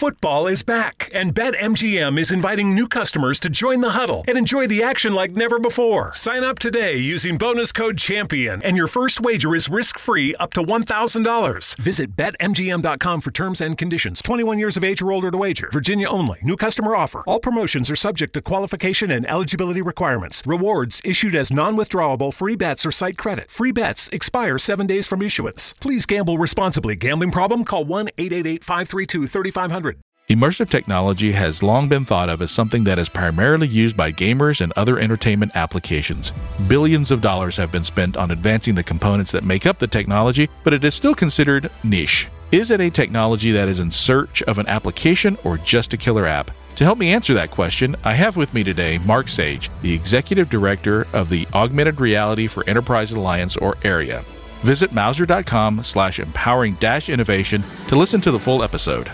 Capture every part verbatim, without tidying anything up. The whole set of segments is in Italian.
Football is back, and BetMGM is inviting new customers to join the huddle and enjoy the action like never before. Sign up today using bonus code CHAMPION, and your first wager is risk-free up to one thousand dollars. Visit Bet M G M dot com for terms and conditions. twenty-one years of age or older to wager. Virginia only. New customer offer. All promotions are subject to qualification and eligibility requirements. Rewards issued as non-withdrawable free bets or site credit. Free bets expire seven days from issuance. Please gamble responsibly. Gambling problem? Call one eight eight eight, five three two, three five zero zero. Immersive technology has long been thought of as something that is primarily used by gamers and other entertainment applications. Billions of dollars have been spent on advancing the components that make up the technology, but it is still considered niche. Is it a technology that is in search of an application or just a killer app? To help me answer that question, I have with me today Mark Sage, the Executive Director of the Augmented Reality for Enterprise Alliance, or AREA. Visit Mouser.com slash empowering dash innovation to listen to the full episode.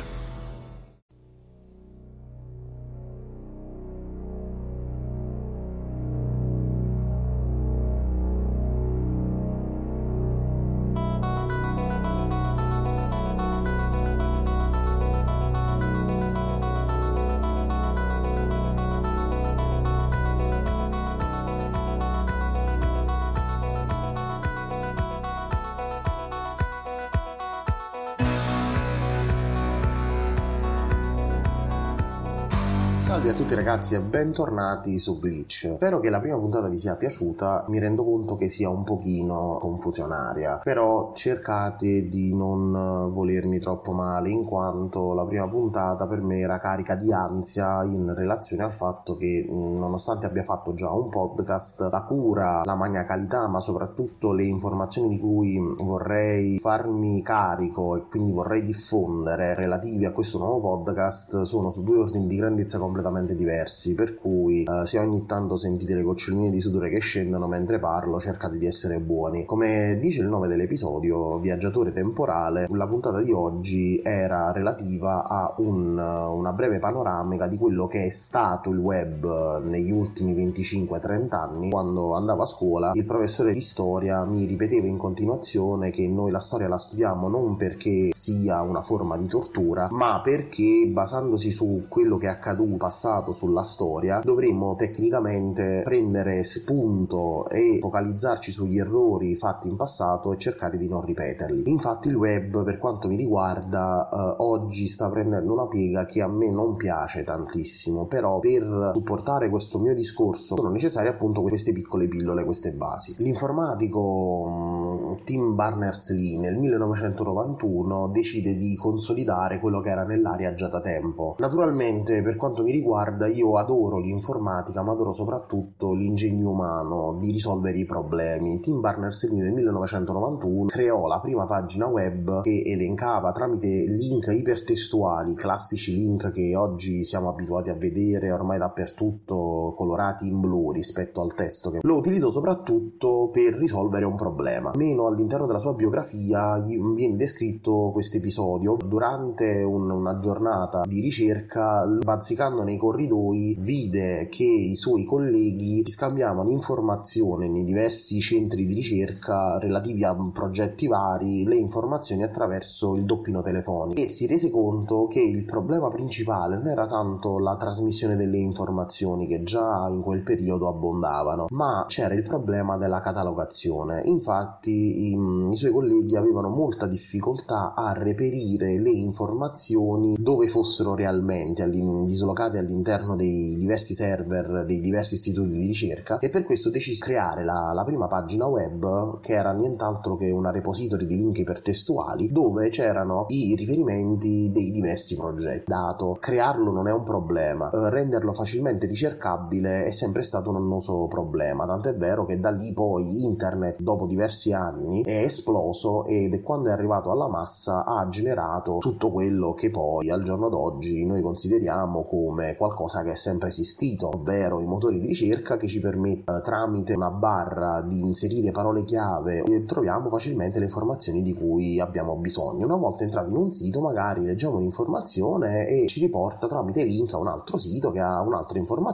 Salve a tutti ragazzi e bentornati su Glitch. Spero che la prima puntata vi sia piaciuta. Mi rendo conto che sia un pochino confusionaria, però cercate di non volermi troppo male, in quanto la prima puntata per me era carica di ansia in relazione al fatto che, nonostante abbia fatto già un podcast, la cura, la maniacalità, ma soprattutto le informazioni di cui vorrei farmi carico e quindi vorrei diffondere relativi a questo nuovo podcast sono su due ordini di grandezza completamente diversi, per cui eh, se ogni tanto sentite le goccioline di sudore che scendono mentre parlo, cercate di essere buoni. Come dice il nome dell'episodio, Viaggiatore temporale, la puntata di oggi era relativa a un, una breve panoramica di quello che è stato il web negli ultimi venticinque trenta anni. Quando andavo a scuola, il professore di storia mi ripeteva in continuazione che noi la storia la studiamo non perché sia una forma di tortura, ma perché, basandosi su quello che è accaduto passato sulla storia, dovremmo tecnicamente prendere spunto e focalizzarci sugli errori fatti in passato e cercare di non ripeterli. Infatti il web, per quanto mi riguarda, eh, oggi sta prendendo una piega che a me non piace tantissimo, però per supportare questo mio discorso sono necessarie appunto queste piccole pillole, queste basi. L'informatico um, Tim Berners-Lee nel millenovecentonovantuno decide di consolidare quello che era nell'aria già da tempo. Naturalmente, per quanto mi riguarda, io adoro l'informatica, ma adoro soprattutto l'ingegno umano di risolvere i problemi. Tim Berners-Lee nel millenovecentonovantuno creò la prima pagina web che elencava tramite link ipertestuali, classici link che oggi siamo abituati a vedere ormai dappertutto colorati in blu rispetto al testo, che lo utilizzò soprattutto per risolvere un problema. Almeno all'interno della sua biografia viene descritto questo episodio: durante un, una giornata di ricerca, bazzicando nei corridoi, vide che i suoi colleghi scambiavano informazioni nei diversi centri di ricerca relativi a progetti vari, le informazioni attraverso il doppino telefonico, e si rese conto che il problema principale non era tanto la trasmissione delle informazioni, che già in quel periodo abbondavano, ma c'era il problema della catalogazione. Infatti i, i suoi colleghi avevano molta difficoltà a reperire le informazioni dove fossero realmente, all'in, dislocate all'interno dei diversi server dei diversi istituti di ricerca, e per questo decise di creare la, la prima pagina web, che era nient'altro che una repository di link ipertestuali dove c'erano i riferimenti dei diversi progetti. Dato, crearlo non è un problema, eh, renderlo facilmente ricercabile è sempre stato un annoso problema, tant'è vero che da lì poi internet, dopo diversi anni, è esploso, ed quando è arrivato alla massa ha generato tutto quello che poi al giorno d'oggi noi consideriamo come qualcosa che è sempre esistito, ovvero i motori di ricerca che ci permettono, tramite una barra, di inserire parole chiave e troviamo facilmente le informazioni di cui abbiamo bisogno. Una volta entrati in un sito, magari leggiamo un'informazione e ci riporta tramite link a un altro sito che ha un'altra informazione, e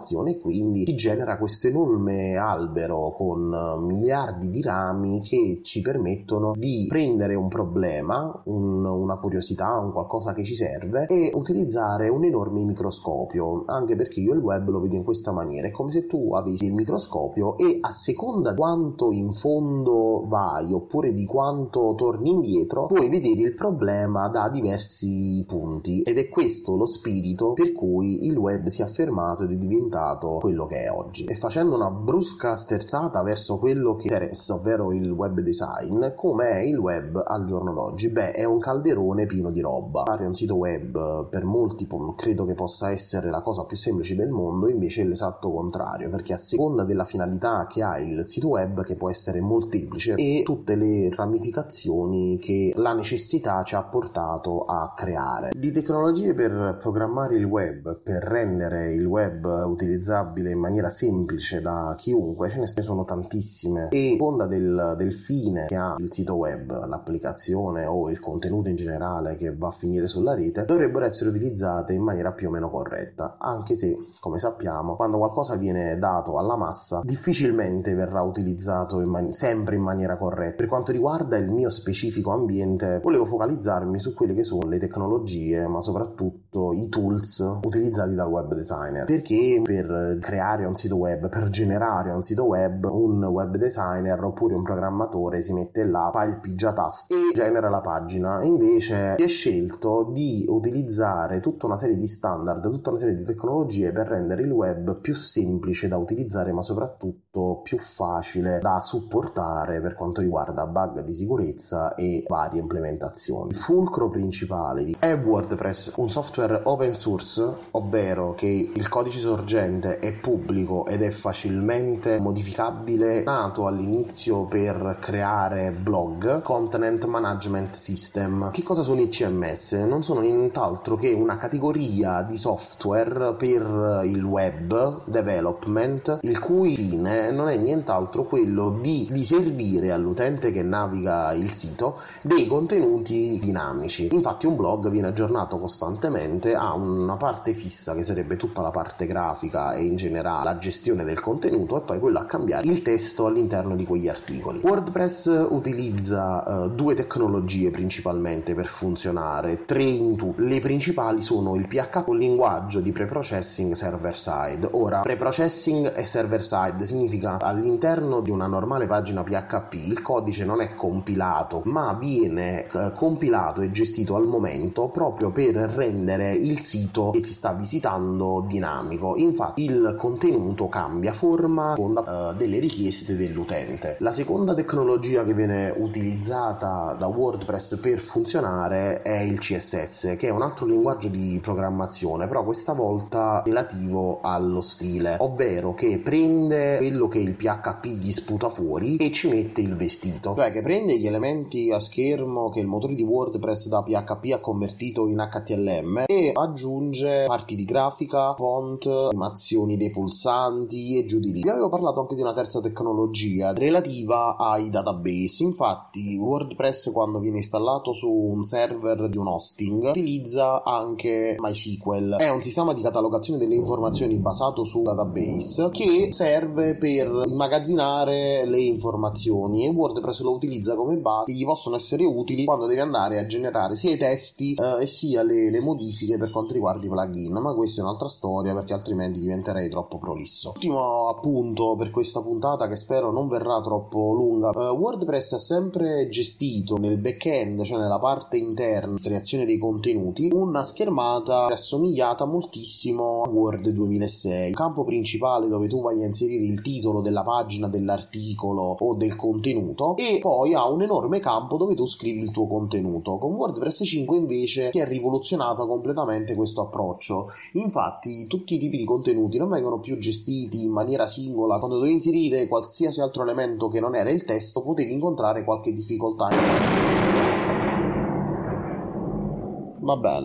quindi si genera questo enorme albero con miliardi di rami che ci permettono di prendere un problema, un, una curiosità, un qualcosa che ci serve e utilizzare un enorme microscopio, anche perché io il web lo vedo in questa maniera: è come se tu avessi il microscopio e a seconda di quanto in fondo vai oppure di quanto torni indietro puoi vedere il problema da diversi punti, ed è questo lo spirito per cui il web si è affermato ed è diventato quello che è oggi. E facendo una brusca sterzata verso quello che interessa, ovvero il web design, com'è il web al giorno d'oggi? Beh, è un calderone pieno di roba. Fare un sito web per molti credo che possa essere la cosa più semplice del mondo, invece è l'esatto contrario, perché a seconda della finalità che ha il sito web, che può essere molteplice, e tutte le ramificazioni che la necessità ci ha portato a creare. Di tecnologie per programmare il web, per rendere il web utilizzabile in maniera semplice da chiunque, ce ne sono tantissime, e a seconda del, del fine che ha il sito web, l'applicazione o il contenuto in generale che va a finire sulla rete, dovrebbero essere utilizzate in maniera più o meno corretta, anche se, come sappiamo, quando qualcosa viene dato alla massa difficilmente verrà utilizzato in man- sempre in maniera corretta. Per quanto riguarda il mio specifico ambiente, volevo focalizzarmi su quelle che sono le tecnologie, ma soprattutto i tools utilizzati dal web designer, perché per creare un sito web, per generare un sito web, un web designer oppure un programmatore si mette là, fa il pigiatasti e genera la pagina. Invece si è scelto di utilizzare tutta una serie di standard, tutta una serie di tecnologie per rendere il web più semplice da utilizzare, ma soprattutto più facile da supportare per quanto riguarda bug di sicurezza e varie implementazioni. Il fulcro principale di è WordPress, un software open source, ovvero che il codice sorgente è pubblico ed è facilmente modificabile, nato all'inizio per creare blog, content management system. Che cosa sono i C M S? Non sono nient'altro che una categoria di software per il web development, il cui fine non è nient'altro quello di, di servire all'utente che naviga il sito dei contenuti dinamici. Infatti un blog viene aggiornato costantemente, ha una parte fissa che sarebbe tutta la parte grafica e in generale la gestione del contenuto, e poi quello a cambiare il testo all'interno di quegli articoli. WordPress utilizza uh, due tecnologie principalmente per funzionare, tre in tutto. Le principali sono il P H P, un linguaggio di preprocessing server side. Ora, preprocessing e server side significa all'interno di una normale pagina P H P il codice non è compilato, ma viene eh, compilato e gestito al momento proprio per rendere il sito che si sta visitando dinamico. Infatti il contenuto cambia forma a seconda eh, delle richieste dell'utente. La seconda tecnologia che viene utilizzata da WordPress per funzionare è il C S S, che è un altro linguaggio di programmazione, però questa volta relativo allo stile, ovvero che prende quello che il P H P gli sputa fuori e ci mette il vestito, cioè che prende gli elementi a schermo che il motore di WordPress da P H P ha convertito in H T L M e aggiunge parti di grafica, font, animazioni dei pulsanti e giù di lì. Vi avevo parlato anche di una terza tecnologia relativa ai database. Infatti WordPress, quando viene installato su un server di un hosting, utilizza anche MySQL. È un sistema di catalogazione delle informazioni basato su database che serve per immagazzinare le informazioni, e WordPress lo utilizza come base che gli possono essere utili quando devi andare a generare sia i testi eh, e sia le, le modifiche per quanto riguarda i plugin, ma questa è un'altra storia perché altrimenti diventerei troppo prolisso. Ultimo appunto per questa puntata, che spero non verrà troppo lunga. uh, WordPress ha sempre gestito nel back-end, cioè nella parte interna di creazione dei contenuti, una schermata assomigliata moltissimo a Word duemilasei, un campo principale dove tu vai a inserire il titolo della pagina, dell'articolo o del contenuto, e poi ha un enorme campo dove tu scrivi il tuo contenuto. Con WordPress cinque invece si è rivoluzionato completamente questo approccio. Infatti tutti i tipi di contenuti non vengono più gestiti in maniera singola. Quando dovevi inserire qualsiasi altro elemento che non era il testo potevi incontrare qualche difficoltà. Va bene,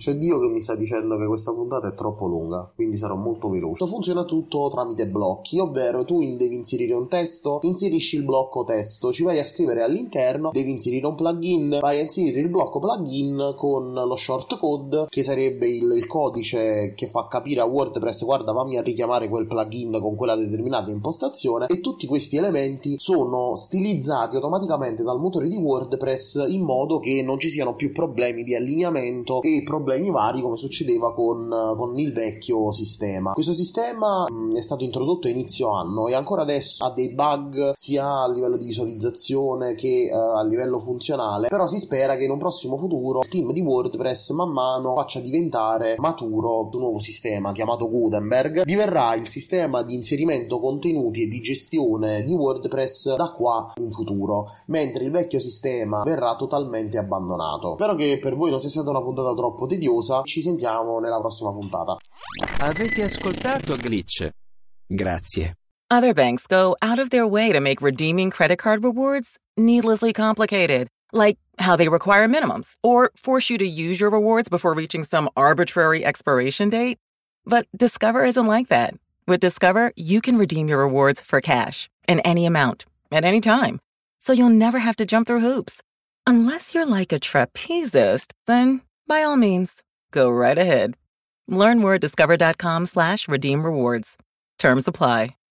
C'è Dio che mi sta dicendo che questa puntata è troppo lunga, quindi sarò molto veloce. Funziona tutto tramite blocchi, ovvero tu devi inserire un testo, inserisci il blocco testo, ci vai a scrivere all'interno, devi inserire un plugin, vai a inserire il blocco plugin con lo shortcode, che sarebbe il, il codice che fa capire a WordPress: guarda, vammi a richiamare quel plugin con quella determinata impostazione. E tutti questi elementi sono stilizzati automaticamente dal motore di WordPress in modo che non ci siano più problemi di allineamento e problemi vari come succedeva con, con il vecchio sistema. Questo sistema mh, è stato introdotto a inizio anno e ancora adesso ha dei bug sia a livello di visualizzazione che uh, a livello funzionale, però si spera che in un prossimo futuro il team di WordPress man mano faccia diventare maturo un nuovo sistema chiamato Gutenberg. Diverrà il sistema di inserimento contenuti e di gestione di WordPress da qua in futuro, mentre il vecchio sistema verrà totalmente abbandonato. Spero che per voi non sia stata una puntata troppo tediosa, ci sentiamo nella prossima puntata. Avete ascoltato Glitch? Grazie. Other banks go out of their way to make redeeming credit card rewards needlessly complicated, like how they require minimums or force you to use your rewards before reaching some arbitrary expiration date. But Discover isn't like that. With Discover, you can redeem your rewards for cash in any amount, at any time. So you'll never have to jump through hoops. Unless you're like a trapezist, then by all means, go right ahead. Learn more at discover.com slash redeem rewards. Terms apply.